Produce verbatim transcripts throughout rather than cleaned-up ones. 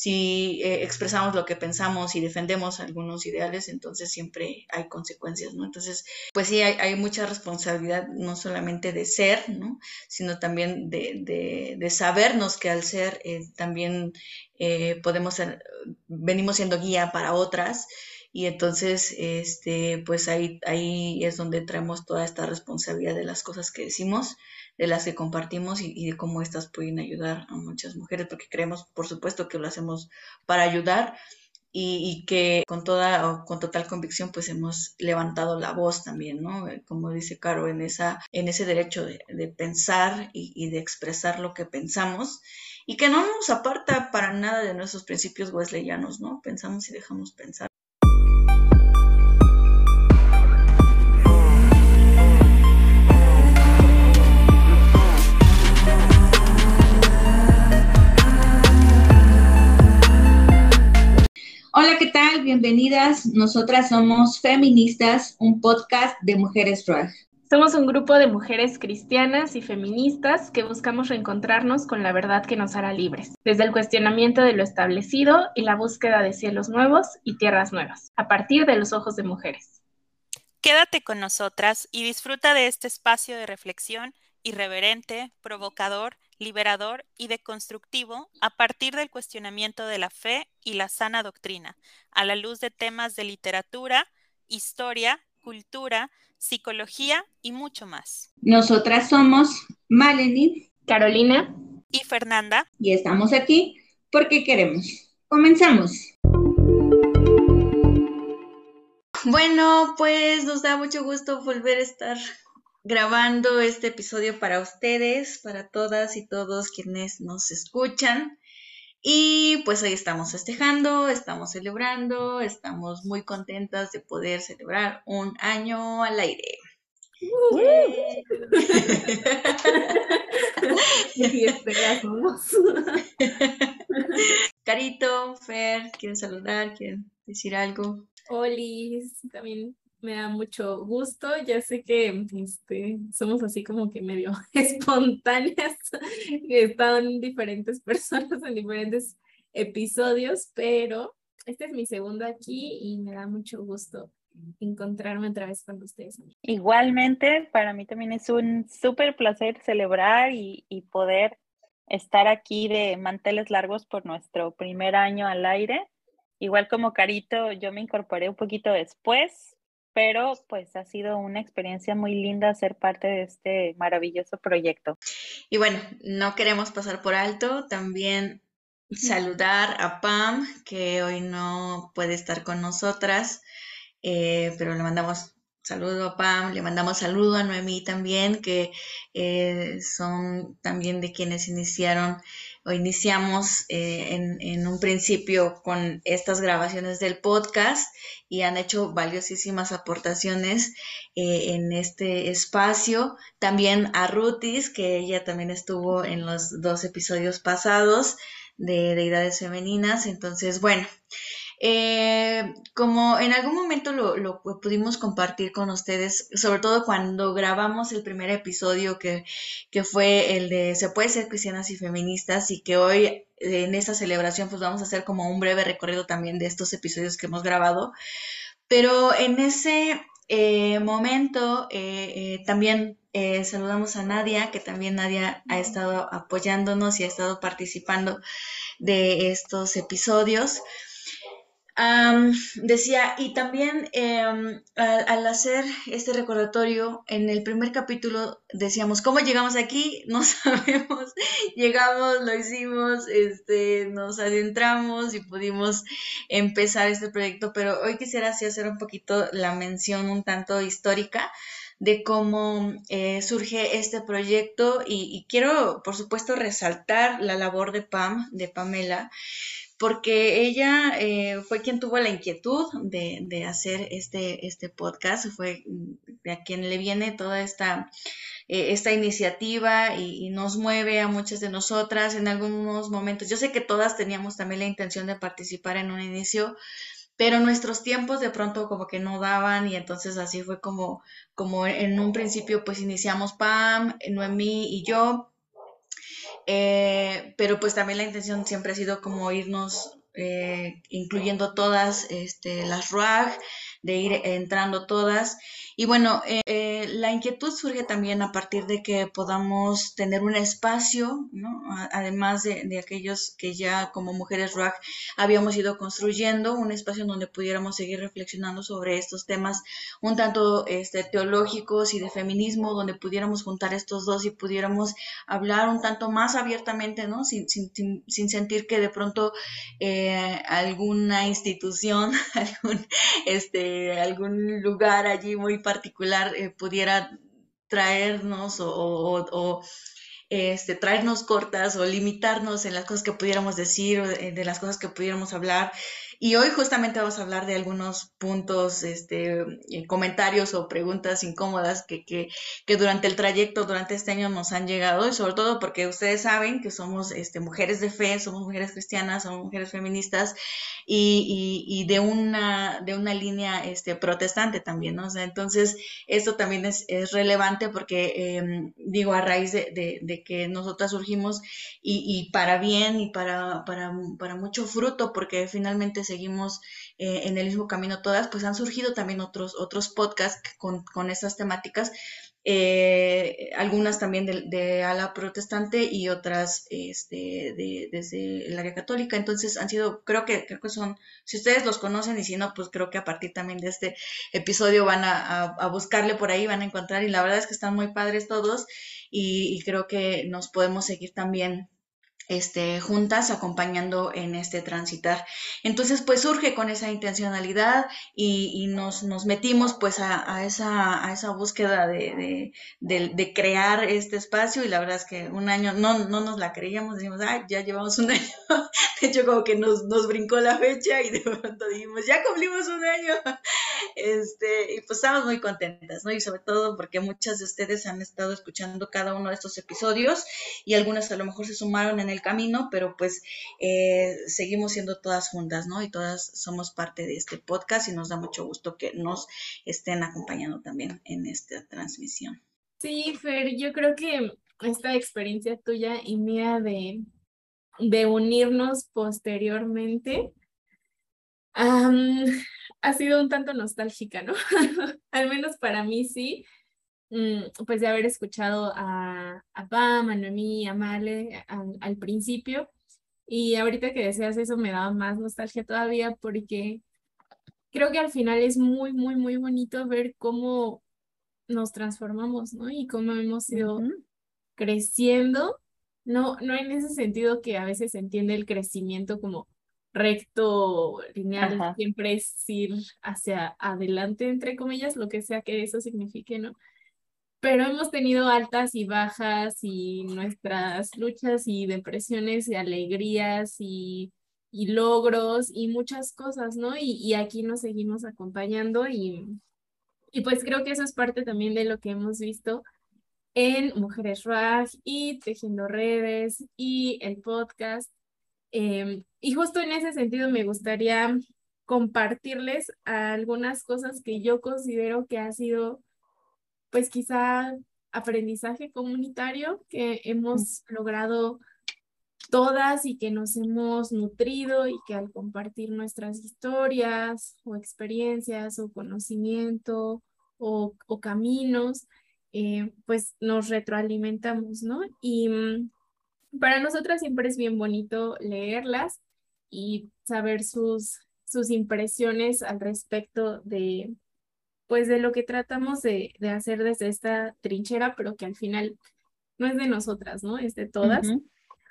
si eh, expresamos lo que pensamos y defendemos algunos ideales, entonces siempre hay consecuencias, ¿no? Entonces, pues sí, hay, hay mucha responsabilidad, no solamente de ser, ¿no? Sino también de, de, de sabernos que al ser eh, también eh, podemos ser, venimos siendo guía para otras, y entonces, este, pues ahí, ahí es donde traemos toda esta responsabilidad de las cosas que decimos, de las que compartimos y, y de cómo estas pueden ayudar a muchas mujeres, porque creemos, por supuesto, que lo hacemos para ayudar y, y que con toda o con total convicción pues hemos levantado la voz también, ¿no? Como dice Caro, en esa, en ese derecho de, de pensar y, y de expresar lo que pensamos y que no nos aparta para nada de nuestros principios wesleyanos, ¿no? Pensamos y dejamos pensar. Hola, ¿qué tal? Bienvenidas. Nosotras somos Feministas, un podcast de mujeres drag. Somos un grupo de mujeres cristianas y feministas que buscamos reencontrarnos con la verdad que nos hará libres, desde el cuestionamiento de lo establecido y la búsqueda de cielos nuevos y tierras nuevas, a partir de los ojos de mujeres. Quédate con nosotras y disfruta de este espacio de reflexión irreverente, provocador, liberador y deconstructivo a partir del cuestionamiento de la fe y la sana doctrina, a la luz de temas de literatura, historia, cultura, psicología y mucho más. Nosotras somos Maleni, Carolina y Fernanda, y estamos aquí porque queremos. Comenzamos. Bueno, pues nos da mucho gusto volver a estar grabando este episodio para ustedes, para todas y todos quienes nos escuchan. Y pues hoy estamos festejando, estamos celebrando, estamos muy contentas de poder celebrar un año al aire. Uh, Carito, Fer, ¿quieren saludar? ¿Quieren decir algo? Olis, también me da mucho gusto. Ya sé que este, somos así como que medio espontáneas, que están diferentes personas en diferentes episodios, pero este es mi segundo aquí y me da mucho gusto encontrarme otra vez con ustedes. Igualmente, para mí también es un súper placer celebrar y, y poder estar aquí de manteles largos por nuestro primer año al aire. Igual como Carito, yo me incorporé un poquito después, pero pues ha sido una experiencia muy linda ser parte de este maravilloso proyecto. Y bueno, no queremos pasar por alto también saludar a Pam, que hoy no puede estar con nosotras, eh, pero le mandamos saludo a Pam, le mandamos saludo a Noemí también, que eh, son también de quienes iniciaron o iniciamos eh, en, en un principio con estas grabaciones del podcast y han hecho valiosísimas aportaciones eh, en este espacio. También a Rutis, que ella también estuvo en los dos episodios pasados de Deidades Femeninas. Entonces, bueno, eh, como en algún momento lo, lo pudimos compartir con ustedes, sobre todo cuando grabamos el primer episodio que, que fue el de Se puede ser cristianas y feministas, y que hoy en esta celebración pues vamos a hacer como un breve recorrido también de estos episodios que hemos grabado, pero en ese eh, momento eh, eh, también eh, saludamos a Nadia, que también Nadia ha estado apoyándonos y ha estado participando de estos episodios. Um, decía, y también eh, al, al hacer este recordatorio, en el primer capítulo decíamos, ¿cómo llegamos aquí? No sabemos, llegamos, lo hicimos, este, nos adentramos y pudimos empezar este proyecto, pero hoy quisiera así hacer un poquito la mención un tanto histórica de cómo eh, surge este proyecto y, y quiero, por supuesto, resaltar la labor de Pam, de Pamela, porque ella eh, fue quien tuvo la inquietud de, de hacer este, este podcast, fue a quien le viene toda esta, eh, esta iniciativa y, y nos mueve a muchas de nosotras en algunos momentos. Yo sé que todas teníamos también la intención de participar en un inicio, pero nuestros tiempos de pronto como que no daban y entonces así fue como, como en un principio pues iniciamos Pam, Noemí y yo. eh, pero pues también la intención siempre ha sido como irnos eh, incluyendo todas este, las R U A G, de ir entrando todas. Y bueno, eh, eh, la inquietud surge también a partir de que podamos tener un espacio, ¿no? Además de, de aquellos que ya como mujeres R U A G habíamos ido construyendo, un espacio en donde pudiéramos seguir reflexionando sobre estos temas un tanto este, teológicos y de feminismo, donde pudiéramos juntar estos dos y pudiéramos hablar un tanto más abiertamente, ¿no? Sin, sin, sin, sin sentir que de pronto eh, alguna institución, algún, este, algún lugar allí muy particular eh, pudiera traernos o, o, o este, traernos cortas o limitarnos en las cosas que pudiéramos decir o de, de las cosas que pudiéramos hablar. Y hoy justamente vamos a hablar de algunos puntos, este, eh, comentarios o preguntas incómodas que, que, que durante el trayecto, durante este año nos han llegado, y sobre todo porque ustedes saben que somos este, mujeres de fe, somos mujeres cristianas, somos mujeres feministas y, y, y de, una, de una línea este, protestante también, ¿no? O sea, entonces esto también es, es relevante porque, eh, digo, a raíz de, de, de que nosotras surgimos y, y para bien y para, para, para mucho fruto, porque finalmente seguimos eh, en el mismo camino todas, pues han surgido también otros, otros podcasts con, con estas temáticas, eh, algunas también de, de ala protestante y otras este, de, desde el área católica. Entonces han sido, creo que, creo que son, si ustedes los conocen y si no, pues creo que a partir también de este episodio van a, a, a buscarle por ahí, van a encontrar, y la verdad es que están muy padres todos y, y creo que nos podemos seguir también Este, juntas acompañando en este transitar. Entonces, pues surge con esa intencionalidad y, y nos, nos metimos pues a, a, esa, a esa búsqueda de, de, de, de crear este espacio y la verdad es que un año no, no nos la creíamos, decimos, ay, ya llevamos un año. De hecho, como que nos, nos brincó la fecha y de pronto dijimos, ya cumplimos un año. Este, y pues estamos muy contentas, ¿no? Y sobre todo porque muchas de ustedes han estado escuchando cada uno de estos episodios y algunas a lo mejor se sumaron en el camino, pero pues eh, seguimos siendo todas juntas, ¿no? Y todas somos parte de este podcast y nos da mucho gusto que nos estén acompañando también en esta transmisión. Sí, Fer, yo creo que esta experiencia tuya y mía de, de unirnos posteriormente um, ha sido un tanto nostálgica, ¿no? Al menos para mí sí. Pues de haber escuchado a, a Pam, a Noemí, a Male al, al principio, y ahorita que decías eso me daba más nostalgia todavía porque creo que al final es muy, muy, muy bonito ver cómo nos transformamos, ¿no? Y cómo hemos ido Ujú. creciendo, no, no en ese sentido que a veces se entiende el crecimiento como recto, lineal, Ajá. siempre es ir hacia adelante, entre comillas, lo que sea que eso signifique, ¿no? Pero hemos tenido altas y bajas y nuestras luchas y depresiones y alegrías y, y logros y muchas cosas, ¿no? Y, y aquí nos seguimos acompañando y, y pues creo que eso es parte también de lo que hemos visto en Mujeres R A G y Tejiendo Redes y el podcast. Em, y justo en ese sentido me gustaría compartirles algunas cosas que yo considero que ha sido pues quizá aprendizaje comunitario que hemos logrado todas y que nos hemos nutrido y que al compartir nuestras historias o experiencias o conocimiento o, o caminos, eh, pues nos retroalimentamos, ¿no? Y mm, para nosotras siempre es bien bonito leerlas y saber sus, sus impresiones al respecto de pues de lo que tratamos de, de hacer desde esta trinchera, pero que al final no es de nosotras, ¿no? Es de todas. Ujú.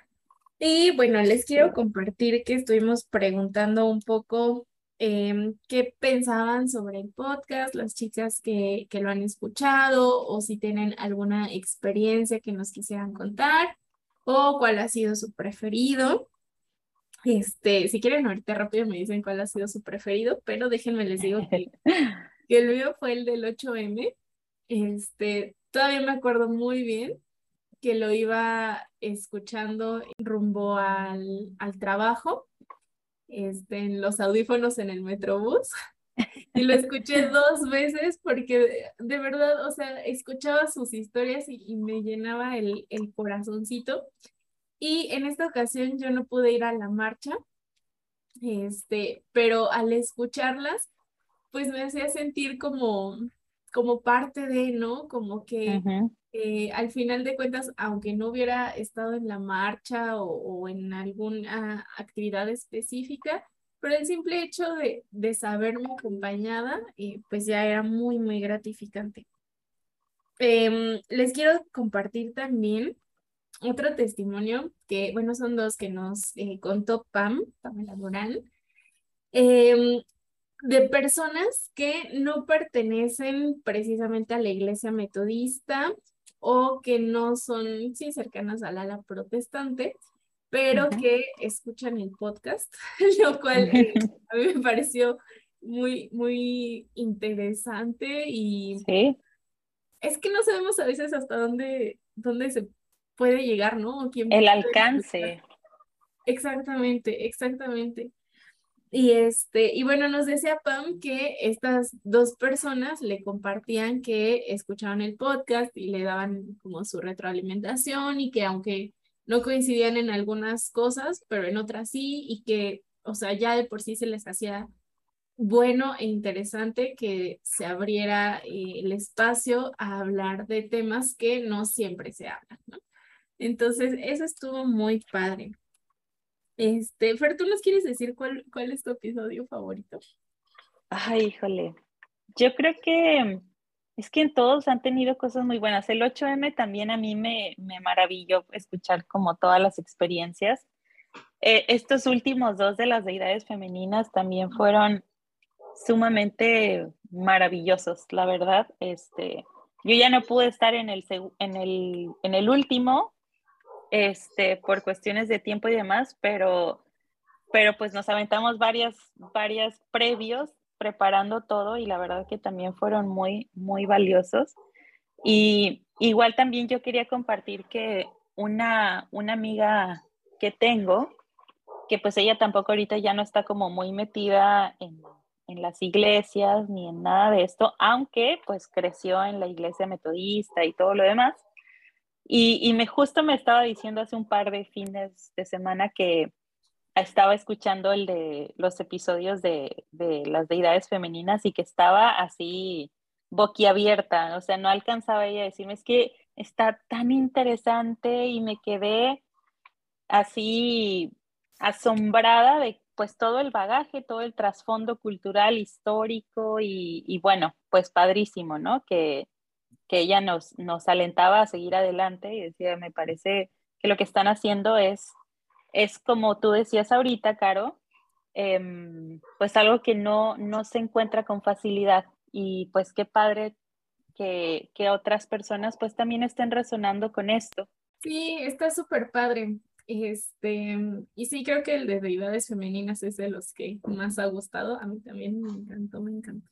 Y bueno, les quiero compartir que estuvimos preguntando un poco em, qué pensaban sobre el podcast, las chicas que, que lo han escuchado, o si tienen alguna experiencia que nos quisieran contar, o cuál ha sido su preferido. Este, si quieren ahorita rápido me dicen cuál ha sido su preferido, pero déjenme les digo que que el mío fue el del ocho eme. Este, todavía me acuerdo muy bien que lo iba escuchando rumbo al, al trabajo, este, en los audífonos en el Metrobús. Y lo escuché dos veces porque de, de verdad, o sea, escuchaba sus historias y, y me llenaba el, el corazoncito. Y en esta ocasión yo no pude ir a la marcha, este, pero al escucharlas, pues me hacía sentir como, como parte de, ¿no? Como que Ujú. eh, al final de cuentas, aunque no hubiera estado en la marcha o, o en alguna actividad específica, pero el simple hecho de, de saberme acompañada, eh, pues ya era muy, muy gratificante. Em, les quiero compartir también otro testimonio que, bueno, son dos que nos eh, contó Pam, Pamela Morán, em, de personas que no pertenecen precisamente a la iglesia metodista o que no son, sí, cercanas al ala protestante, pero Ujú. que escuchan el podcast, lo cual eh, a mí me pareció muy, muy interesante y Sí, es que no sabemos a veces hasta dónde, dónde se puede llegar, ¿no? O quién el puede escuchar. alcance. Exactamente, exactamente. Y este, y bueno, nos decía Pam que estas dos personas le compartían que escuchaban el podcast y le daban como su retroalimentación y que aunque no coincidían en algunas cosas, pero en otras sí, y que, o sea, ya de por sí se les hacía bueno e interesante que se abriera eh, el espacio a hablar de temas que no siempre se hablan, ¿no? Entonces, eso estuvo muy padre. Este, Fer, ¿tú nos quieres decir cuál, cuál es tu episodio favorito? Ay, híjole. Yo creo que es que en todos han tenido cosas muy buenas. El ocho eme también a mí me, me maravilló escuchar como todas las experiencias. Eh, estos últimos dos de las deidades femeninas también fueron sumamente maravillosos, la verdad. Este, yo ya no pude estar en el, en el, en el último, este, por cuestiones de tiempo y demás, pero, pero pues nos aventamos varias, varias previos preparando todo y la verdad que también fueron muy, muy valiosos. Y igual también yo quería compartir que una, una amiga que tengo, que pues ella tampoco ahorita ya no está como muy metida en, en las iglesias ni en nada de esto, aunque pues creció en la iglesia metodista y todo lo demás. Y, y me justo me estaba diciendo hace un par de fines de semana que estaba escuchando el de los episodios de, de las deidades femeninas y que estaba así boquiabierta, o sea, no alcanzaba ella a decirme, es que está tan interesante y me quedé así asombrada de pues todo el bagaje, todo el trasfondo cultural, histórico y, y bueno, pues padrísimo, ¿no? Que, que ella nos, nos alentaba a seguir adelante y decía, me parece que lo que están haciendo es, es como tú decías ahorita, Caro, eh, pues algo que no, no se encuentra con facilidad y pues qué padre que, que otras personas pues también estén resonando con esto. Sí, está súper padre. Este, y sí, creo que el de deidades femeninas es de los que más ha gustado. A mí también me encantó, me encantó.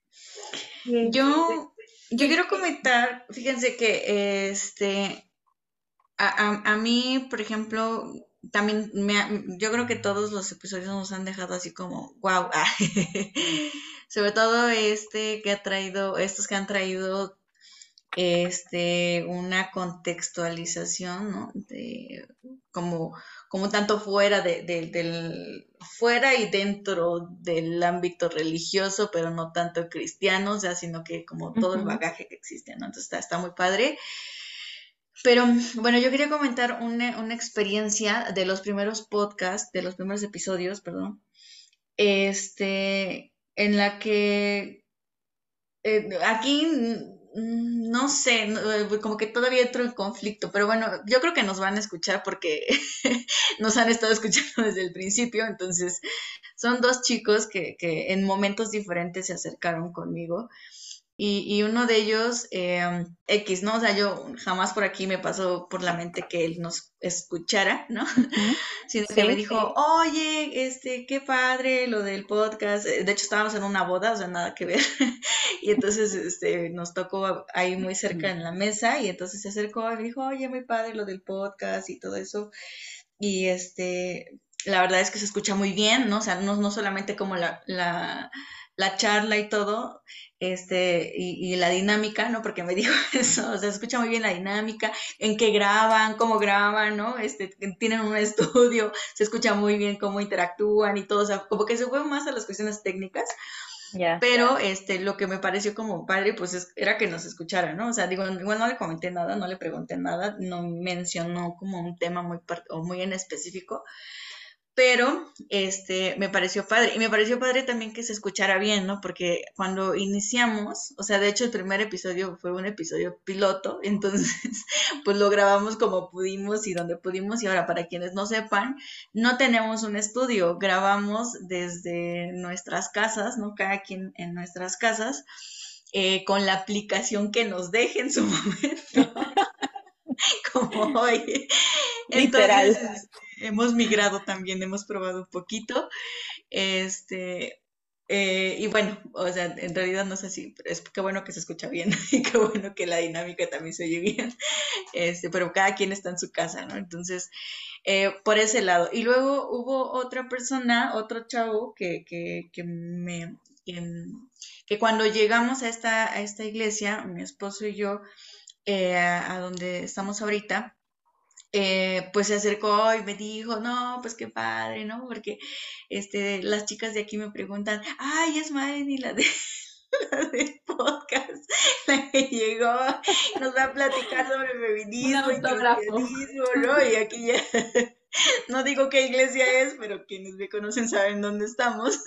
Este, Yo, yo quiero comentar, fíjense que este, a, a- a mí, por ejemplo, también me ha- yo creo que todos los episodios nos han dejado así como, wow, sobre todo este que ha traído, estos que han traído este, una contextualización, ¿no? De, como, como tanto fuera de, de- del, fuera y dentro del ámbito religioso, pero no tanto cristiano, o sea, sino que como todo el Ujú. bagaje que existe, ¿no? Entonces está, está muy padre. Pero bueno, yo quería comentar una, una experiencia de los primeros podcasts, de los primeros episodios, perdón, este, en la que eh, aquí mm, no sé, no, eh, como que todavía entro en conflicto, pero bueno, yo creo que nos van a escuchar porque nos han estado escuchando desde el principio, entonces son dos chicos que, que en momentos diferentes se acercaron conmigo y, y uno de ellos, eh, X, ¿no? O sea, yo jamás por aquí me pasó por la mente que él nos escuchara, ¿no? Ujú. Sino que me Sí, dijo, oye, este, qué padre lo del podcast. De hecho, estábamos en una boda, o sea, nada que ver. Y entonces, este, nos tocó ahí muy cerca en la mesa y entonces se acercó y me dijo, oye, muy padre lo del podcast y todo eso. Y este, la verdad es que se escucha muy bien, ¿no? O sea, no, no solamente como la, la, la charla y todo, este, y, y la dinámica, ¿no? Porque me dijo eso, o sea, se escucha muy bien la dinámica, en qué graban, cómo graban, ¿no? Este, tienen un estudio, se escucha muy bien cómo interactúan y todo, o sea, como que se fue más a las cuestiones técnicas, Ya. pero este, lo que me pareció como padre, pues es- era que nos escuchara, ¿no? O sea, digo, igual no le comenté nada, no le pregunté nada, no mencionó como un tema muy, par- o muy en específico, pero este, me pareció padre. Y me pareció padre también que se escuchara bien, ¿no? Porque cuando iniciamos, o sea, de hecho el primer episodio fue un episodio piloto, entonces pues lo grabamos como pudimos y donde pudimos. Y ahora, para quienes no sepan, no tenemos un estudio, grabamos desde nuestras casas, ¿no? Cada quien en nuestras casas, eh, con la aplicación que nos deje en su momento, como hoy. Literal. Entonces, este, hemos migrado también, hemos probado un poquito. Este, eh, y bueno, o sea, en realidad no sé si, pero es qué bueno que se escucha bien y qué bueno que la dinámica también se oye bien. Este, pero cada quien está en su casa, ¿no? Entonces, eh, por ese lado. Y luego hubo otra persona, otro chavo que, que, que me... Que, que cuando llegamos a esta, a esta iglesia, mi esposo y yo, eh, a, a donde estamos ahorita, eh, pues se acercó y me dijo, no, pues qué padre, ¿no? Porque este, las chicas de aquí me preguntan, ay, es Mari, la de la del podcast, la que llegó, nos va a platicar sobre Un feminismo y autógrafo. cristianismo, ¿no? Y aquí ya, no digo qué iglesia es, pero quienes me conocen saben dónde estamos.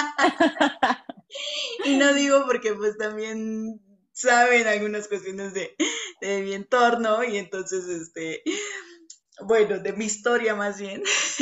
Y no digo porque pues también saben algunas cuestiones de, de mi entorno y entonces, este, bueno, de mi historia más bien.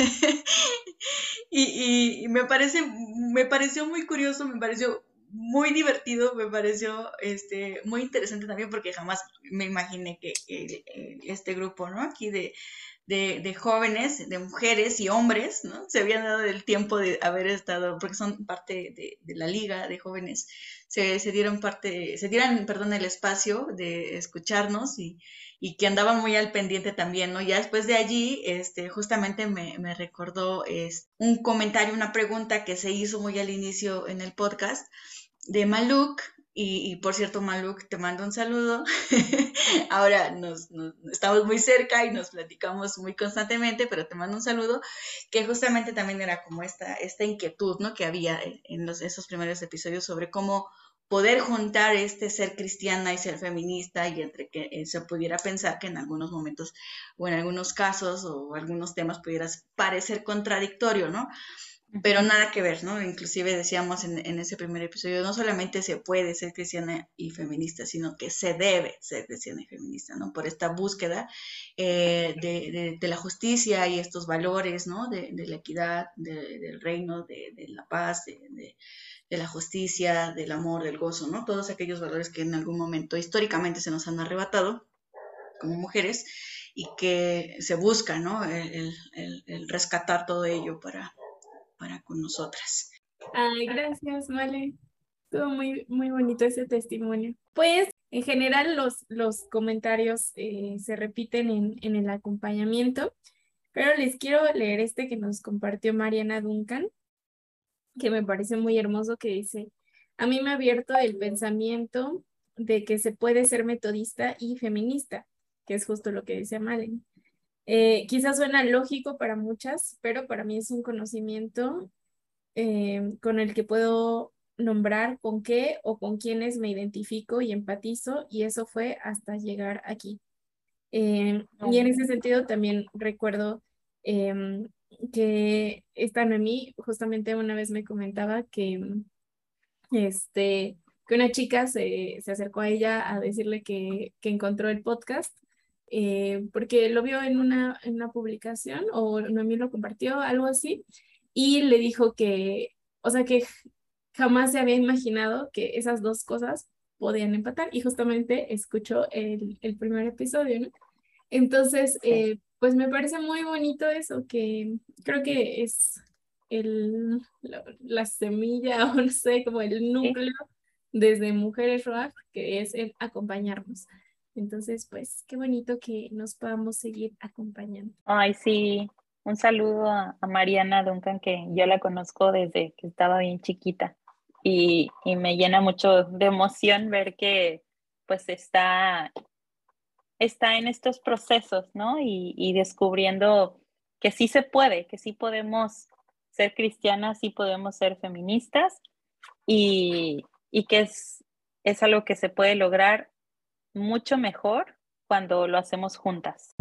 y, y, y me parece, me pareció muy curioso, me pareció muy divertido, me pareció este, muy interesante también porque jamás me imaginé que, que este grupo, ¿no? Aquí de, de, de, jóvenes, de mujeres y hombres, ¿no? Se habían dado el tiempo de haber estado, porque son parte de, de la liga de jóvenes, se, se dieron parte, se dieron, perdón, el espacio de escucharnos y, y que andaban muy al pendiente también, ¿no? Ya después de allí, este, justamente me, me recordó es, un comentario, una pregunta que se hizo muy al inicio en el podcast de Maluk, y, y por cierto, Maluk, te mando un saludo. Ahora nos, nos, estamos muy cerca y nos platicamos muy constantemente, pero te mando un saludo, que justamente también era como esta, esta inquietud, ¿no? Que había en los, esos primeros episodios sobre cómo poder juntar este ser cristiana y ser feminista y entre que eh, se pudiera pensar que en algunos momentos o en algunos casos o algunos temas pudiera parecer contradictorio, ¿no? Pero nada que ver, ¿no? Inclusive decíamos en, en ese primer episodio, no solamente se puede ser cristiana y feminista, sino que se debe ser cristiana y feminista, ¿no? Por esta búsqueda eh, de, de, de la justicia y estos valores, ¿no? De, de la equidad, de, del reino, de, de la paz, de, de, de la justicia, del amor, del gozo, ¿no? Todos aquellos valores que en algún momento históricamente se nos han arrebatado como mujeres y que se busca, ¿no? El, el, el rescatar todo ello para para con nosotras. Ay, gracias, Vale. Estuvo muy, muy bonito ese testimonio. Pues, en general, los, los comentarios eh, se repiten en, en el acompañamiento, pero les quiero leer este que nos compartió Mariana Duncan, que me parece muy hermoso, que dice, a mí me ha abierto el pensamiento de que se puede ser metodista y feminista, que es justo lo que dice Malen. Eh, quizás suena lógico para muchas, pero para mí es un conocimiento eh, con el que puedo nombrar con qué o con quiénes me identifico y empatizo, y eso fue hasta llegar aquí. Eh, y en ese sentido también recuerdo eh, que esta Noemí justamente una vez me comentaba que, este, que una chica se, se acercó a ella a decirle que, que encontró el podcast eh, porque lo vio en una, en una publicación o Noemí lo compartió, algo así, y le dijo que, o sea, que jamás se había imaginado que esas dos cosas podían empatar y justamente escuchó el, el primer episodio, ¿no? Entonces, eh, pues me parece muy bonito eso, que creo que es el, la, la semilla o no sé, como el núcleo desde Mujeres Rock, que es el acompañarnos. Entonces, pues qué bonito que nos podamos seguir acompañando. Ay, sí, un saludo a, a Mariana Duncan, que yo la conozco desde que estaba bien chiquita. y, y me llena mucho de emoción ver que pues está, está en estos procesos, ¿no? Y, y descubriendo que sí se puede, que sí podemos ser cristianas, sí podemos ser feministas y, y que es, es algo que se puede lograr mucho mejor cuando lo hacemos juntas.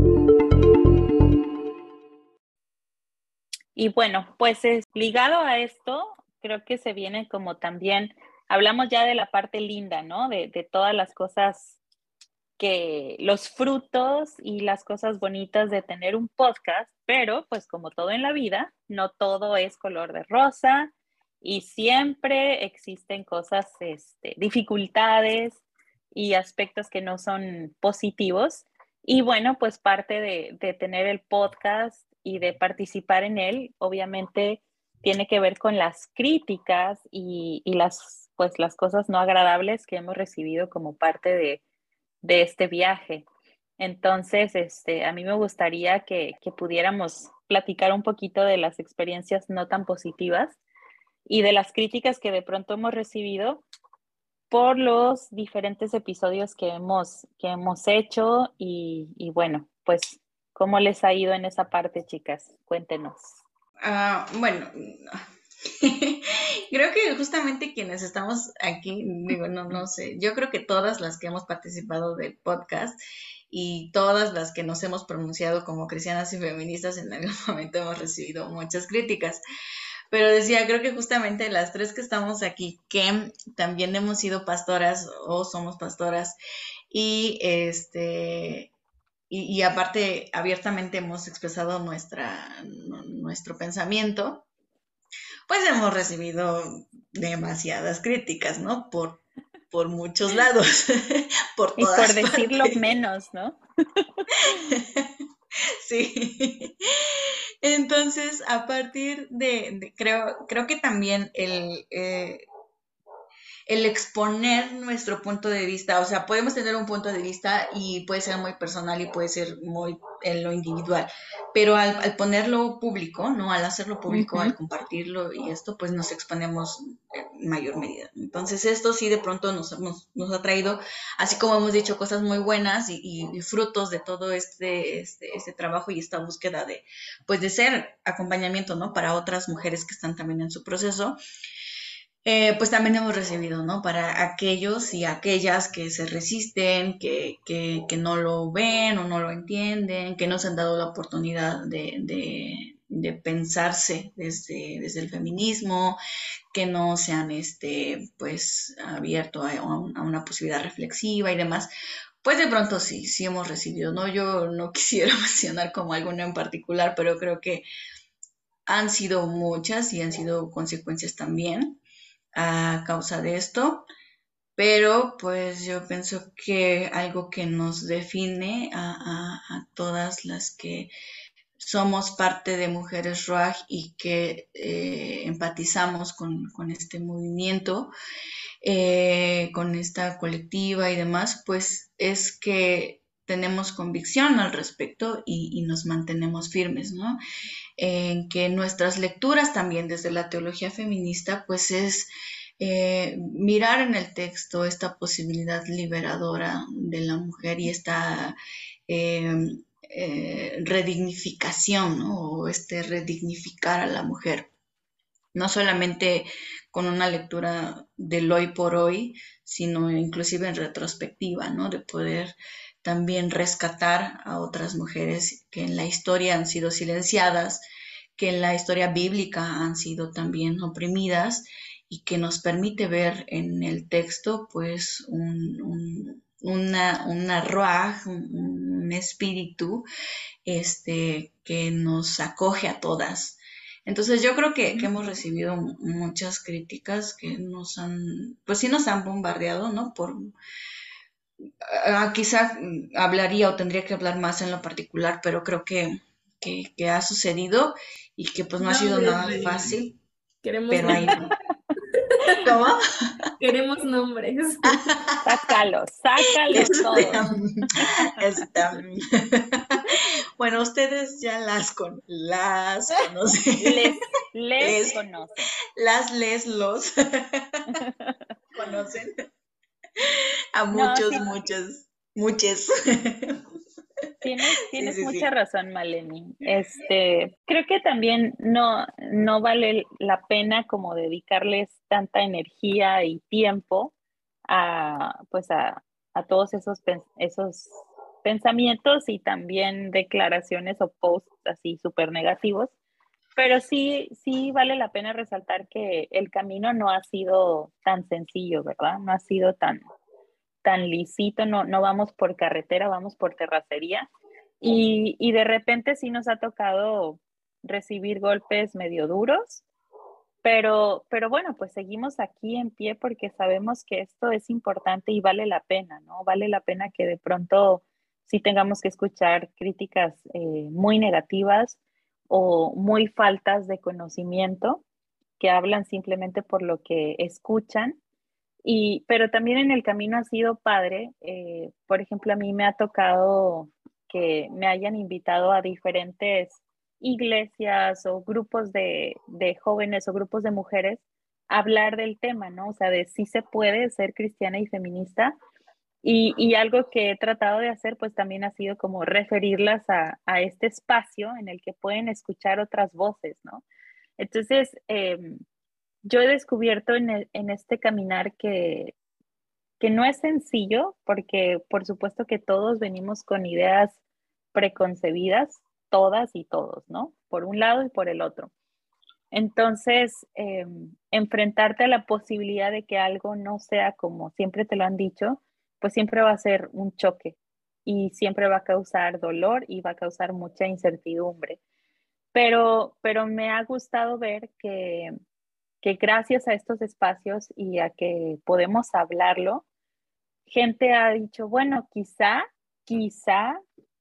Y bueno, pues es ligado a esto, creo que se viene como también, hablamos ya de la parte linda, ¿no? De, de todas las cosas que, los frutos y las cosas bonitas de tener un podcast, pero pues como todo en la vida, no todo es color de rosa y siempre existen cosas, este, dificultades y aspectos que no son positivos. Y bueno, pues parte de, de tener el podcast y de participar en él, obviamente tiene que ver con las críticas y, y las, pues, las cosas no agradables que hemos recibido como parte de, de este viaje. Entonces, este, a mí me gustaría que, que pudiéramos platicar un poquito de las experiencias no tan positivas y de las críticas que de pronto hemos recibido por los diferentes episodios que hemos, que hemos hecho y, y bueno, pues, ¿cómo les ha ido en esa parte, chicas? Cuéntenos. Ah, bueno, creo que justamente quienes estamos aquí, digo, no, no sé, yo creo que todas las que hemos participado del podcast y todas las que nos hemos pronunciado como cristianas y feministas en algún momento hemos recibido muchas críticas. Pero decía, creo que justamente las tres que estamos aquí, que también hemos sido pastoras o somos pastoras y este y, y aparte abiertamente hemos expresado nuestra nuestro pensamiento, pues hemos recibido demasiadas críticas, ¿no? Por por muchos lados, por Y por todas decirlo partes. menos, ¿no? Sí. Entonces, a partir de, de creo, creo que también el, eh, el exponer nuestro punto de vista, o sea, podemos tener un punto de vista y puede ser muy personal y puede ser muy en lo individual, pero al, al ponerlo público, ¿no? Al hacerlo público, al Uh-huh. compartirlo y esto, pues nos exponemos en mayor medida. Entonces, esto sí de pronto nos, nos, nos ha traído, así como hemos dicho, cosas muy buenas y, y, y frutos de todo este, este, este trabajo y esta búsqueda de, pues de ser acompañamiento, ¿no? Para otras mujeres que están también en su proceso. Eh, pues también hemos recibido, ¿no? Para aquellos y aquellas que se resisten, que, que, que no lo ven o no lo entienden, que no se han dado la oportunidad de, de, de pensarse desde, desde el feminismo, que no se han, este, pues, abierto a, a una posibilidad reflexiva y demás. Pues de pronto sí, sí hemos recibido, ¿no? Yo no quisiera mencionar como alguno en particular, pero creo que han sido muchas y han sido consecuencias también a causa de esto, pero pues yo pienso que algo que nos define a, a, a todas las que somos parte de Mujeres Ruaj y que eh, empatizamos con, con, este movimiento, eh, con esta colectiva y demás, pues es que tenemos convicción al respecto y, y nos mantenemos firmes, ¿no? En que nuestras lecturas también desde la teología feminista, pues es eh, mirar en el texto esta posibilidad liberadora de la mujer y esta eh, eh, redignificación, ¿no? O este redignificar a la mujer, no solamente con una lectura del hoy por hoy, sino inclusive en retrospectiva, ¿no? De poder también rescatar a otras mujeres que en la historia han sido silenciadas, que en la historia bíblica han sido también oprimidas y que nos permite ver en el texto pues un, un, una, una ruaj, un, un espíritu este, que nos acoge a todas. Entonces yo creo que, que hemos recibido muchas críticas que nos han, pues sí nos han bombardeado, ¿no? Por, ah, quizá hablaría o tendría que hablar más en lo particular, pero creo que, que, que ha sucedido y que pues no ha No, sido nada desde fácil, queremos pero ahí va. ¿Cómo? Queremos nombres. Sácalo, sácalo Este, todo. este, bueno, ustedes ya las, con, las conocen. Les, les, Les- conocen. Las, les, los conocen. A No, muchos, sí. muchos, muchos. Tienes, Sí, tienes sí, mucha sí. razón, Maleni. Este, creo que también no, no vale la pena como dedicarles tanta energía y tiempo a, pues a, a todos esos, pen- esos pensamientos y también declaraciones o posts así súper negativos. Pero sí, sí vale la pena resaltar que el camino no ha sido tan sencillo, ¿verdad? No ha sido tan, tan lisito, no, no vamos por carretera, vamos por terracería. Y, y de repente sí nos ha tocado recibir golpes medio duros, pero, pero bueno, pues seguimos aquí en pie porque sabemos que esto es importante y vale la pena, ¿no? Vale la pena que de pronto sí tengamos que escuchar críticas eh, muy negativas o muy faltas de conocimiento que hablan simplemente por lo que escuchan. Y, pero también en el camino ha sido padre. Eh, por ejemplo, a mí me ha tocado que me hayan invitado a diferentes iglesias o grupos de, de jóvenes o grupos de mujeres a hablar del tema, ¿no? O sea, de si se puede ser cristiana y feminista. Y, y algo que he tratado de hacer, pues también ha sido como referirlas a, a este espacio en el que pueden escuchar otras voces, ¿no? Entonces, eh, yo he descubierto en, el- en este caminar que, que no es sencillo, porque por supuesto que todos venimos con ideas preconcebidas, todas y todos, ¿no? Por un lado y por el otro. Entonces, eh, enfrentarte a la posibilidad de que algo no sea como siempre te lo han dicho, pues siempre va a ser un choque y siempre va a causar dolor y va a causar mucha incertidumbre. Pero, pero me ha gustado ver que, que gracias a estos espacios y a que podemos hablarlo, gente ha dicho, bueno, quizá, quizá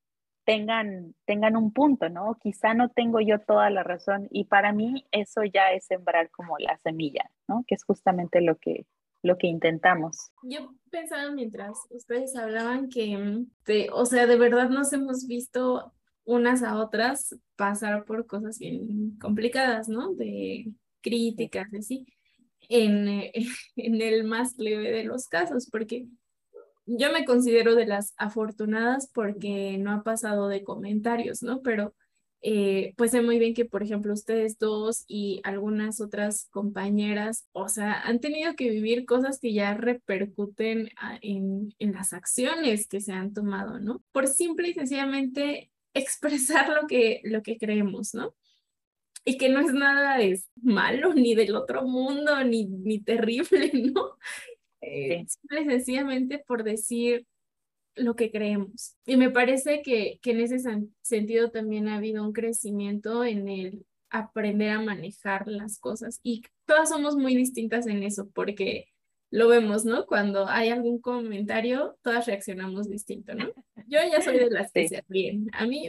tengan, tengan un punto, ¿no? Quizá no tengo yo toda la razón y para mí eso ya es sembrar como la semilla, ¿no? Que es justamente lo que, lo que intentamos. Yo pensaba mientras ustedes hablaban que, mm, de, o sea, de verdad nos hemos visto unas a otras pasar por cosas bien complicadas, ¿no? De críticas, así, en, eh, en el más leve de los casos, porque yo me considero de las afortunadas porque no ha pasado de comentarios, ¿no? Pero eh, pues sé muy bien que, por ejemplo, ustedes dos y algunas otras compañeras, o sea, han tenido que vivir cosas que ya repercuten a- en, en las acciones que se han tomado, ¿no? Por simple y sencillamente expresar lo que, lo que creemos, ¿no? Y que no es nada es malo, ni del otro mundo, ni, ni terrible, ¿no? Eh, Sí. simple y sencillamente por decir lo que creemos. Y me parece que, que en ese sen- sentido también ha habido un crecimiento en el aprender a manejar las cosas. Y todas somos muy distintas en eso, porque lo vemos, ¿no? Cuando hay algún comentario, todas reaccionamos distinto, ¿no? Yo ya soy de las que Sí. se ríen. A mí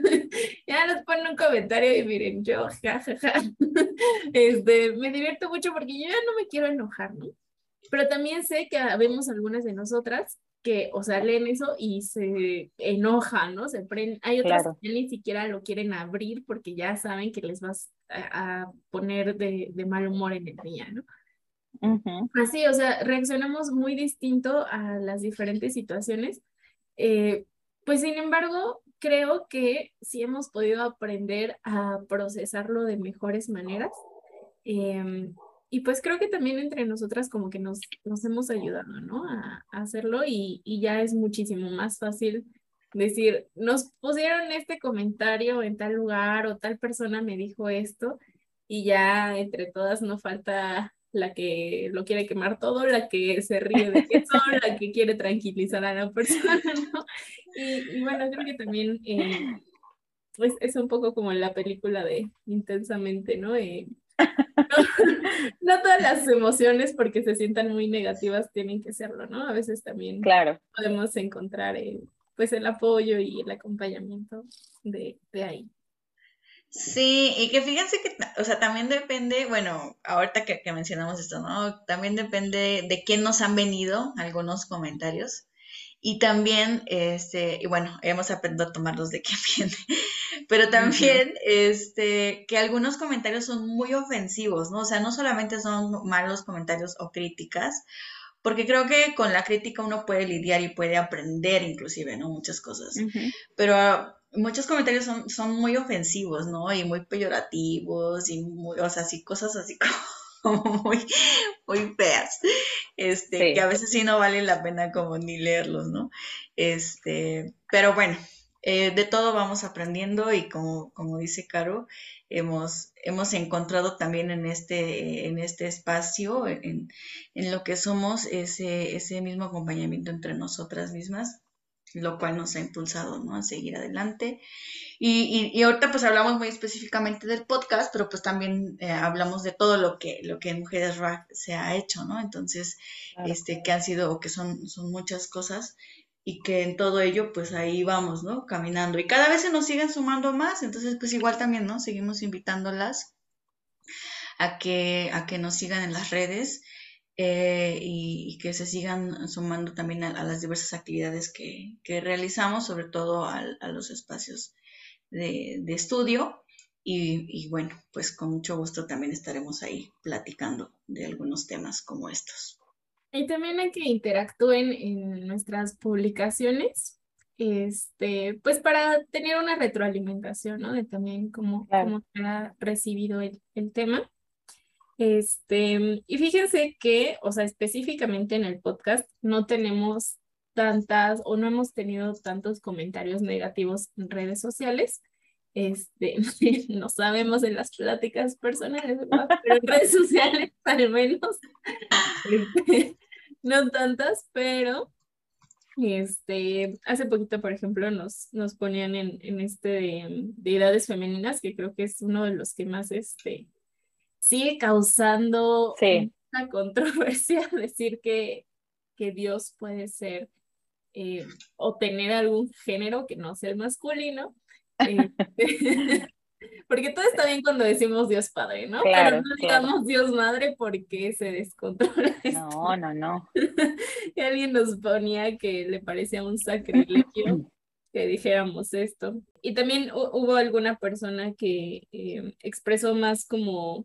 ya nos ponen un comentario y miren, yo, ja, ja, ja. Este, me divierto mucho porque yo ya no me quiero enojar, ¿no? Pero también sé que vemos algunas de nosotras que, o sea, leen eso y se enojan, ¿no? Se prenden. Hay otras Claro. que ni siquiera lo quieren abrir porque ya saben que les vas a, a poner de, de mal humor en el día, ¿no? Ujú. Así, o sea, reaccionamos muy distinto a las diferentes situaciones. Eh, pues sin embargo, creo que sí hemos podido aprender a procesarlo de mejores maneras. Em, y pues creo que también entre nosotras como que nos, nos hemos ayudado, ¿no? A, a hacerlo y, y ya es muchísimo más fácil decir, nos pusieron este comentario en tal lugar o tal persona me dijo esto y ya entre todas no falta la que lo quiere quemar todo, la que se ríe de eso, la que quiere tranquilizar a la persona, ¿no? Y, y bueno, creo que también eh, pues es un poco como la película de Intensamente, ¿no? Eh, no todas las emociones porque se sientan muy negativas tienen que serlo, ¿no? A veces también Claro. podemos encontrar eh, pues el apoyo y el acompañamiento de, de ahí. Sí, y que fíjense que, o sea, también depende, bueno, ahorita que, que mencionamos esto, ¿no? También depende de quién nos han venido algunos comentarios. Y también, este, y bueno, hemos aprendido a tomarlos de quién viene, pero también, este, que algunos comentarios son muy ofensivos, ¿no? O sea, no solamente son malos comentarios o críticas, porque creo que con la crítica uno puede lidiar y puede aprender inclusive, ¿no? Muchas cosas. Ujú. Pero ah, muchos comentarios son, son muy ofensivos, ¿no? Y muy peyorativos y muy, o sea, sí, cosas así como muy, muy feas, este, que a Sí, veces sí no vale la pena como ni leerlos, ¿no? Este, pero bueno, eh, de todo vamos aprendiendo y como, como dice Caro, hemos, hemos encontrado también en este, en este espacio, en, en lo que somos, ese, ese mismo acompañamiento entre nosotras mismas, lo cual nos ha impulsado, ¿no? A seguir adelante. Y, y, y ahorita pues hablamos muy específicamente del podcast, pero pues también eh, hablamos de todo lo que, lo que en Mujeres Rock se ha hecho, ¿no? Entonces, claro. este, que han sido, o que son, son muchas cosas y que en todo ello pues ahí vamos, ¿no? Caminando. Y cada vez se nos siguen sumando más, entonces pues igual también, ¿no? Seguimos invitándolas a que, a que nos sigan en las redes eh, y, y, que se sigan sumando también a, a las diversas actividades que, que realizamos, sobre todo a, a los espacios de, de estudio. Y, y, bueno, pues con mucho gusto también estaremos ahí platicando de algunos temas como estos. Y también hay que interactúen en nuestras publicaciones, este, pues para tener una retroalimentación, ¿no? De también cómo, Claro. cómo se ha recibido el, el tema. Este, y fíjense que, o sea, específicamente en el podcast no tenemos tantas o no hemos tenido tantos comentarios negativos en redes sociales. Este, no sabemos en las pláticas personales, ¿verdad? Pero en redes sociales al menos, este, no tantas, pero este, hace poquito, por ejemplo, nos, nos ponían en, en este de, de edades femeninas, que creo que es uno de los que más este sigue causando Sí, una controversia decir que, que Dios puede ser eh, o tener algún género que no sea el masculino. eh, porque todo está bien cuando decimos Dios Padre, ¿no? Pero no claro, claro. digamos Dios Madre porque se descontrola No, esto. no, no. Y alguien nos ponía que le parecía un sacrilegio que dijéramos esto. Y también hu- hubo alguna persona que eh, expresó más como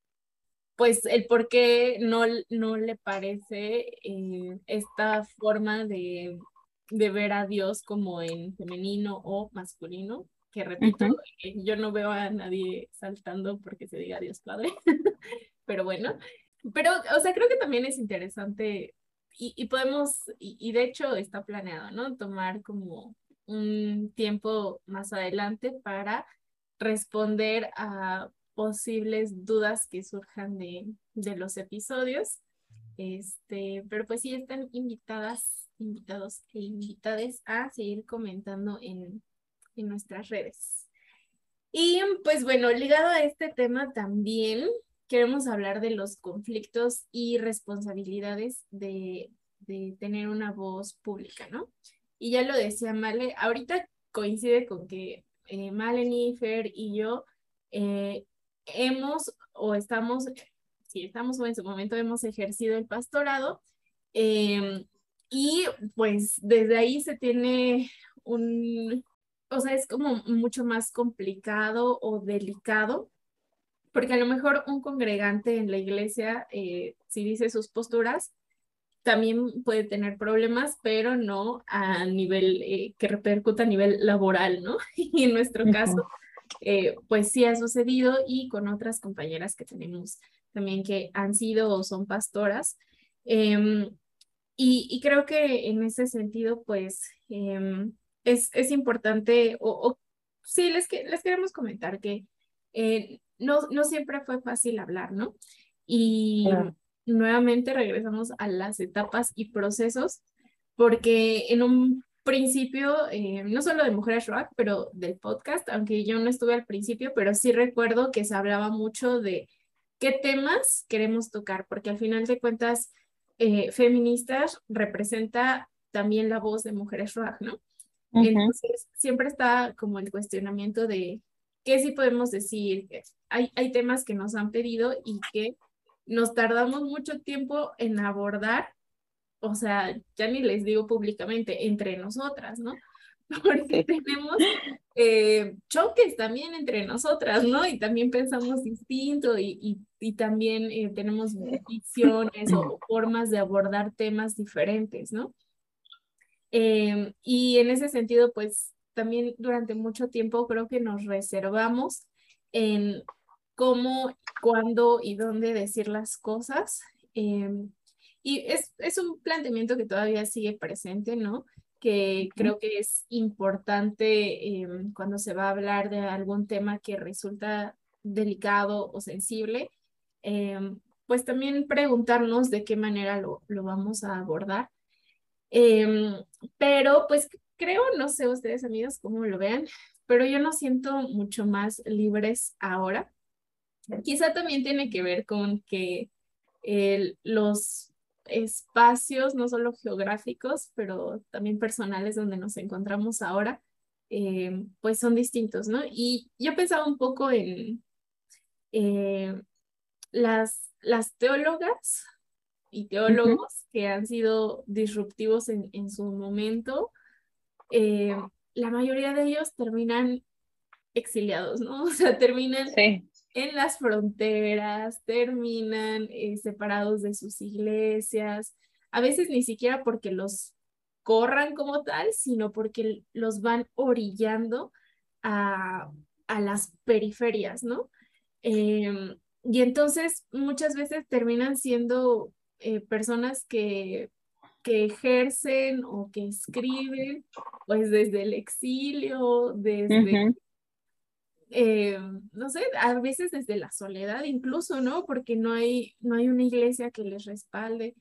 pues el por qué no, no le parece eh, esta forma de, de ver a Dios como en femenino o masculino, que repito, Ujú. eh, yo no veo a nadie saltando porque se diga Dios Padre, pero bueno, pero o sea, creo que también es interesante y, y podemos, y, y de hecho está planeado, ¿no? Tomar como un tiempo más adelante para responder a posibles dudas que surjan de, de los episodios. Este, pero pues sí están invitadas, invitados e invitades a seguir comentando en, en nuestras redes. Y pues bueno, ligado a este tema también queremos hablar de los conflictos y responsabilidades de, de tener una voz pública, ¿no? Y ya lo decía Male, ahorita coincide con que eh, Maleni, Fer y yo eh, hemos o estamos, si estamos o en su momento hemos ejercido el pastorado eh, y pues desde ahí se tiene un, o sea, es como mucho más complicado o delicado, porque a lo mejor un congregante en la iglesia, eh, si dice sus posturas, también puede tener problemas, pero no a nivel eh, que repercuta a nivel laboral, ¿no? Y en nuestro Ujú. caso, eh, pues sí ha sucedido y con otras compañeras que tenemos también que han sido o son pastoras. Eh, y, y creo que en ese sentido, pues eh, es, es importante, o, o sí, les, que, les queremos comentar que eh, no, no siempre fue fácil hablar, ¿no? Y Claro. nuevamente regresamos a las etapas y procesos, porque en un principio, eh, no solo de Mujeres Rock, pero del podcast, aunque yo no estuve al principio, pero sí recuerdo que se hablaba mucho de qué temas queremos tocar, porque al final de cuentas eh, feministas representa también la voz de Mujeres Rock, ¿no? Ujú. Entonces, siempre está como el cuestionamiento de ¿qué sí podemos decir? Hay, hay temas que nos han pedido y que nos tardamos mucho tiempo en abordar, o sea, ya ni les digo públicamente, entre nosotras, ¿no? Porque Sí. tenemos eh, choques también entre nosotras, ¿no? Y también pensamos distinto y, y, y también eh, tenemos visiones o formas de abordar temas diferentes, ¿no? Eh, y en ese sentido, pues también durante mucho tiempo creo que nos reservamos en cómo, cuándo y dónde decir las cosas. Eh, y es, es un planteamiento que todavía sigue presente, ¿no? Que creo que es importante eh, cuando se va a hablar de algún tema que resulta delicado o sensible, eh, pues también preguntarnos de qué manera lo, lo vamos a abordar. Em, pero pues creo, no sé ustedes amigos cómo lo vean, pero yo nos siento mucho más libres ahora. Quizá también tiene que ver con que el- los espacios, no solo geográficos, pero también personales donde nos encontramos ahora, em, pues son distintos, ¿no? Y yo pensaba un poco en eh, las, las teólogas y Ujú. teólogos que han sido disruptivos en, en su momento, eh, la mayoría de ellos terminan exiliados, ¿no? O sea, terminan Sí. en las fronteras, terminan eh, separados de sus iglesias, a veces ni siquiera porque los corran como tal, sino porque los van orillando a, a las periferias, ¿no? Em, y entonces muchas veces terminan siendo eh, personas que, que ejercen o que escriben, pues desde el exilio, desde Ujú. eh, no sé, a veces desde la soledad incluso, ¿no? Porque no hay, no hay una iglesia que les respalde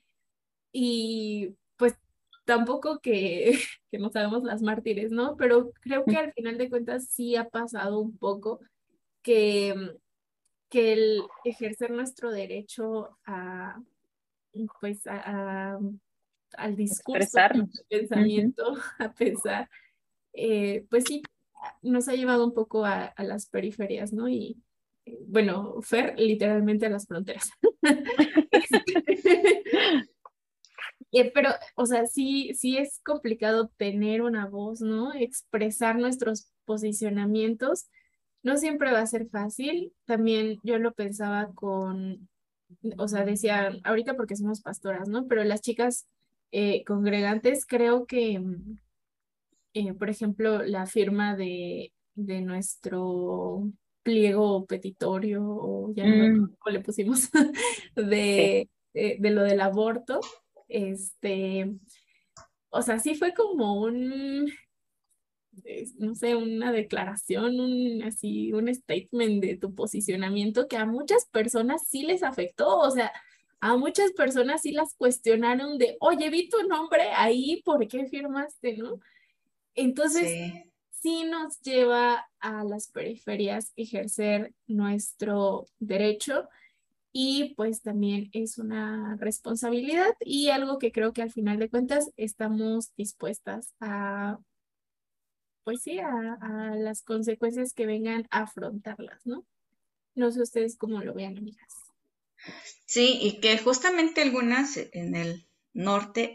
y pues tampoco que, que nos hagamos las mártires, ¿no? Pero creo que al final de cuentas sí ha pasado un poco que, que el ejercer nuestro derecho a, pues, a, a- al discurso, al Expresarnos. Ujú. pensamiento, a pensar, eh, pues sí, nos ha llevado un poco a, a las periferias, ¿no? Y eh, bueno, Fer, literalmente a las fronteras. Este, eh, pero, o sea, sí, sí es complicado tener una voz, ¿no? Expresar nuestros posicionamientos. No siempre va a ser fácil. También yo lo pensaba con, o sea, decía, ahorita porque somos pastoras, ¿no? Pero las chicas eh, congregantes creo que mm, eh, por ejemplo, la firma de, de nuestro pliego petitorio, o ya no me acuerdo Mm, cómo le pusimos, sí. de, de, de lo del aborto, este, o sea, sí fue como un, es- no sé, una declaración, un, así, un statement de tu posicionamiento que a muchas personas sí les afectó, o sea, a muchas personas sí las cuestionaron de, oye, vi tu nombre ahí, ¿por qué firmaste, no? Entonces, Sí. sí nos lleva a las periferias ejercer nuestro derecho y pues también es una responsabilidad y algo que creo que al final de cuentas estamos dispuestas a, pues sí, a, a las consecuencias que vengan a afrontarlas, ¿no? No sé ustedes cómo lo vean, amigas. Sí, y que justamente algunas en el norte,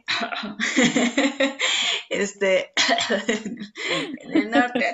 este, en el norte,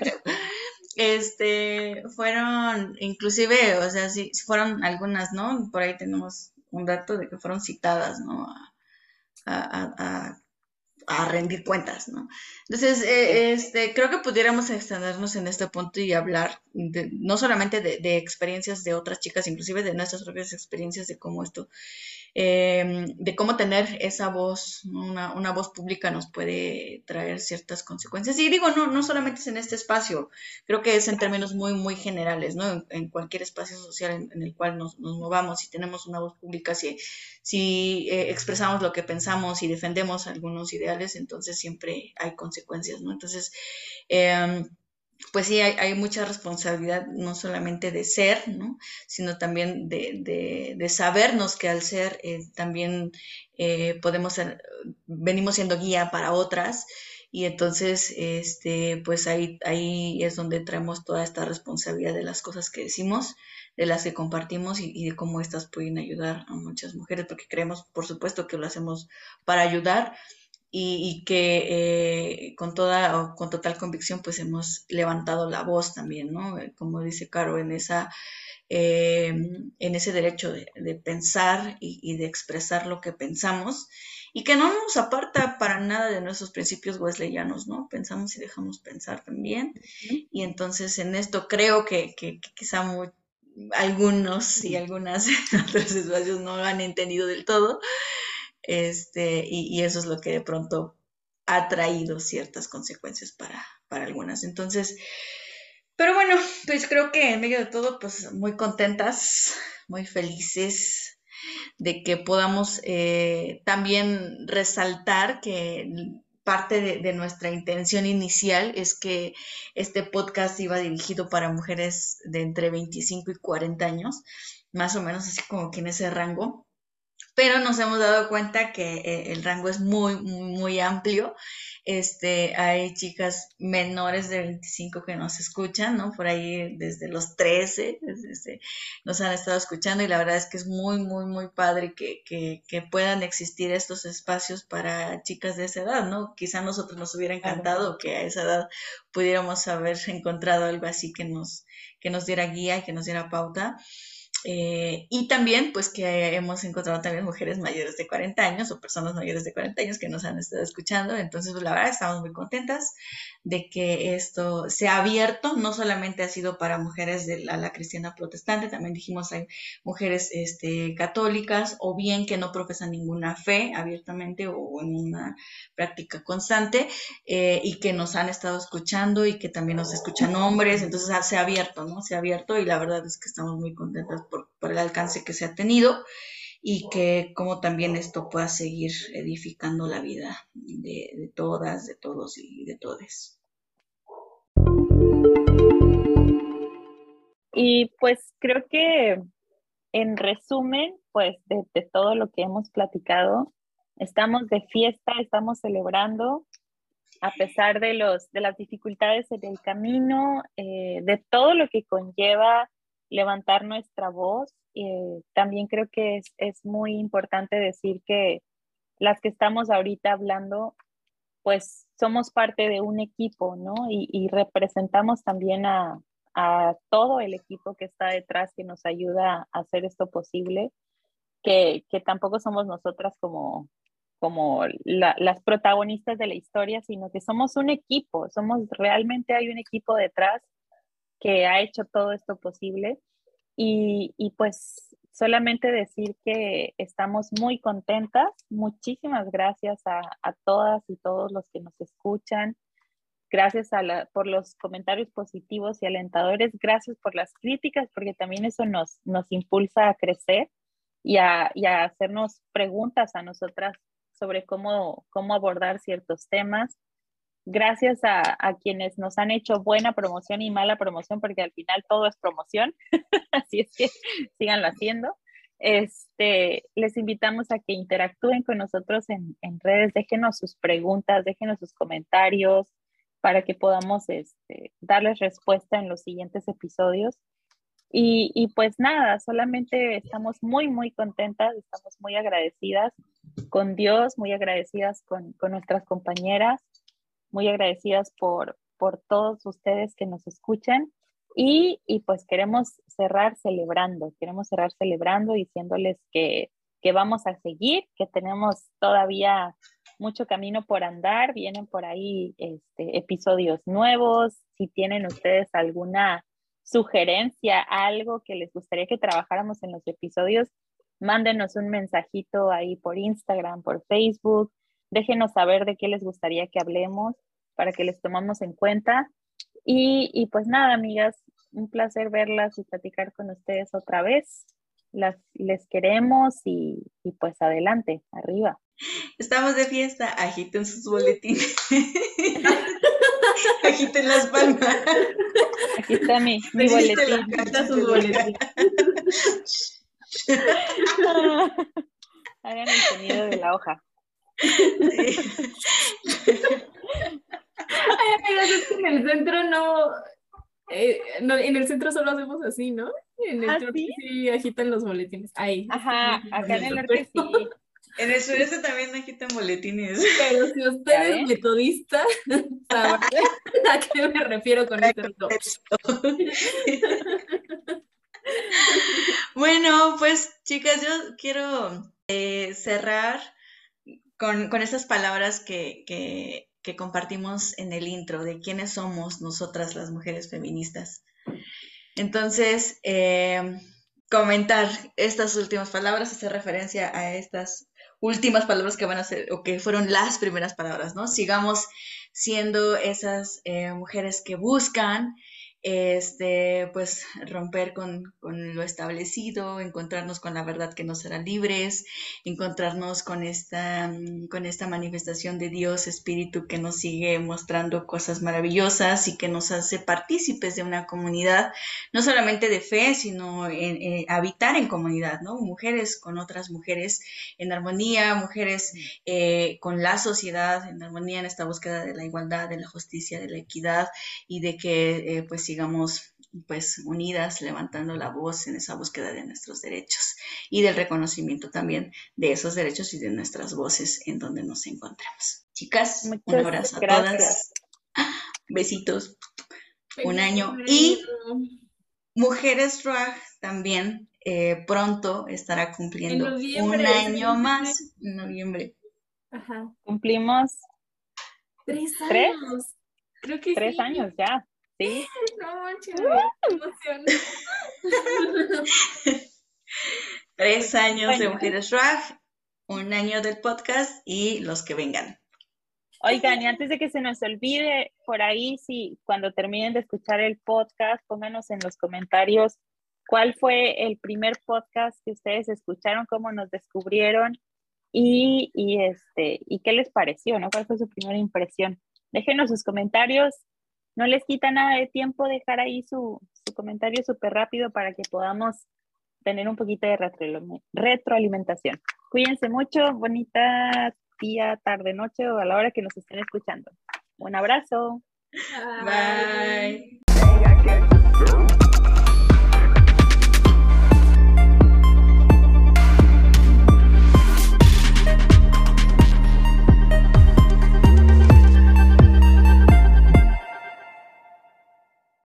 este, fueron, inclusive, o sea, sí, sí fueron algunas, ¿no? Por ahí tenemos un dato de que fueron citadas, ¿no? A, a, a, a rendir cuentas, ¿no? Entonces, Sí. eh, este, creo que pudiéramos extendernos en este punto y hablar de, no solamente de, de experiencias de otras chicas, inclusive de nuestras propias experiencias de cómo esto eh, de cómo tener esa voz, ¿no? una, una, voz pública nos puede traer ciertas consecuencias. Y digo, no, no solamente es en este espacio, creo que es en términos muy, muy generales, ¿no? En, en cualquier espacio social en, en el cual nos, nos, movamos, si tenemos una voz pública, si, si eh, expresamos lo que pensamos y defendemos algunos ideales, entonces siempre hay consecuencias, ¿no? Entonces, eh, pues sí, hay, hay, mucha responsabilidad, no solamente de ser, ¿no? Sino también de, de, de sabernos que al ser eh, también eh, podemos ser, venimos siendo guía para otras y entonces, este, pues ahí, ahí es donde traemos toda esta responsabilidad de las cosas que decimos, de las que compartimos y, y de cómo estas pueden ayudar a muchas mujeres, porque creemos, por supuesto, que lo hacemos para ayudar y, y que eh, con toda o con total convicción, pues hemos levantado la voz también, ¿no? Como dice Caro, en esa eh, en ese derecho de, de pensar y, y de expresar lo que pensamos y que no nos aparta para nada de nuestros principios wesleyanos, ¿no? Pensamos y dejamos pensar también. Y entonces en esto creo que, que, que quizá muy, algunos y algunas en otros espacios no lo han entendido del todo, este, y, y eso es lo que de pronto ha traído ciertas consecuencias para, para algunas. Entonces, pero bueno, pues creo que en medio de todo, pues muy contentas, muy felices de que podamos eh, también resaltar que parte de, de nuestra intención inicial es que este podcast iba dirigido para mujeres de entre veinticinco y cuarenta años, más o menos así como que en ese rango. Pero nos hemos dado cuenta que eh, el rango es muy, muy, muy amplio. Este, hay chicas menores de veinticinco que nos escuchan, ¿no? Por ahí desde los trece desde, nos han estado escuchando y la verdad es que es muy, muy, muy padre que, que, que puedan existir estos espacios para chicas de esa edad, ¿no? Quizá a nosotros nos hubiera encantado que a esa edad pudiéramos haber encontrado algo así que nos, que nos diera guía y que nos diera pauta. Eh, y también, pues que hemos encontrado también mujeres mayores de cuarenta años o personas mayores de cuarenta años que nos han estado escuchando. Entonces, pues la verdad, estamos muy contentas de que esto se ha abierto. No solamente ha sido para mujeres de la, la cristiana protestante, también dijimos hay mujeres este, católicas o bien que no profesan ninguna fe abiertamente o en una práctica constante eh, y que nos han estado escuchando y que también nos escuchan hombres. Entonces, ah, se ha abierto, ¿no? Se ha abierto y la verdad es que estamos muy contentas por, por el alcance que se ha tenido y que como también esto pueda seguir edificando la vida de, de todas, de todos y de todes. Y pues creo que en resumen, pues de, de todo lo que hemos platicado, estamos de fiesta, estamos celebrando a pesar de, los, de las dificultades en el camino, eh, de todo lo que conlleva levantar nuestra voz. Eh, también creo que es, es muy importante decir que las que estamos ahorita hablando, pues somos parte de un equipo, ¿no? Y, y representamos también a, a todo el equipo que está detrás, que nos ayuda a hacer esto posible, que, que tampoco somos nosotras como, como la, las protagonistas de la historia, sino que somos un equipo, somos realmente hay un equipo detrás que ha hecho todo esto posible. Y, y pues solamente decir que estamos muy contentas. Muchísimas gracias a, a todas y todos los que nos escuchan. Gracias a la, por los comentarios positivos y alentadores. Gracias por las críticas, porque también eso nos, nos impulsa a crecer y a, y a hacernos preguntas a nosotras sobre cómo, cómo abordar ciertos temas. Gracias a, a quienes nos han hecho buena promoción y mala promoción, porque al final todo es promoción, así es que síganlo haciendo. Este, les invitamos a que interactúen con nosotros en, en redes, déjenos sus preguntas, déjenos sus comentarios para que podamos este, darles respuesta en los siguientes episodios. Y, y pues nada, solamente estamos muy, muy contentas, estamos muy agradecidas con Dios, muy agradecidas con, con nuestras compañeras, muy agradecidas por, por todos ustedes que nos escuchan y, y pues queremos cerrar celebrando, queremos cerrar celebrando diciéndoles que, que vamos a seguir, que tenemos todavía mucho camino por andar, vienen por ahí este, episodios nuevos, si tienen ustedes alguna sugerencia, algo que les gustaría que trabajáramos en los episodios, mándenos un mensajito ahí por Instagram, por Facebook, déjenos saber de qué les gustaría que hablemos para que les tomamos en cuenta. Y, y pues nada, amigas, un placer verlas y platicar con ustedes otra vez. Las, les queremos y, y pues adelante, arriba. Estamos de fiesta, agiten sus boletines. Agiten las palmas. Aquí está mi, mi boletín. Está su boletín. Hagan el sonido de la hoja. Sí. Ay, amigas, es que en el centro no, eh, no, en el centro solo hacemos así, ¿no? En el ¿Ah, norte sí? sí agitan los boletines. Ay, es que Ajá, no acá en el eso, norte pero, sí. En el sureste también agitan boletines. pero si ¿Ya usted es ven? metodista, sabrá a qué me refiero con este no. Bueno, pues chicas, yo quiero eh, cerrar con, con esas palabras que, que, que compartimos en el intro de quiénes somos nosotras las mujeres feministas. Entonces, eh, comentar estas últimas palabras, hacer referencia a estas últimas palabras que van a ser, o que fueron las primeras palabras, ¿no? Sigamos siendo esas eh, mujeres que buscan, este, pues, romper con, con lo establecido, encontrarnos con la verdad que nos hará libres, encontrarnos con esta, con esta manifestación de Dios, Espíritu, que nos sigue mostrando cosas maravillosas y que nos hace partícipes de una comunidad, no solamente de fe, sino en, en habitar en comunidad, ¿no? Mujeres con otras mujeres en armonía, mujeres eh, con la sociedad en armonía en esta búsqueda de la igualdad, de la justicia, de la equidad y de que eh, pues sigamos pues unidas, levantando la voz en esa búsqueda de nuestros derechos y del reconocimiento también de esos derechos y de nuestras voces en donde nos encontramos. Chicas, un Muchas abrazo a gracias. todas. Besitos. Un Feliz año. año. Y Mujeres Drag también eh, pronto estará En cumpliendo noviembre, un el año siguiente mes. más en noviembre. Ajá. Cumplimos Tres ¿Tres? años. Creo que tres sí. años ya, ¿sí? No manches, qué emoción. Tres años de Bueno, Mujeres Drag, un año del podcast y los que vengan. oigan, y antes de que se nos olvide, por ahí, si cuando terminen de escuchar el podcast, pónganos en los comentarios cuál fue el primer podcast que ustedes escucharon, cómo nos descubrieron y, y, este, y qué les pareció, ¿no? ¿Cuál fue su primera impresión? Déjenos sus comentarios. No les quita nada de tiempo dejar ahí su, su comentario súper rápido para que podamos tener un poquito de retro, retroalimentación. Cuídense mucho, bonita día, tarde, noche o a la hora que nos estén escuchando. Un abrazo. Bye. Bye.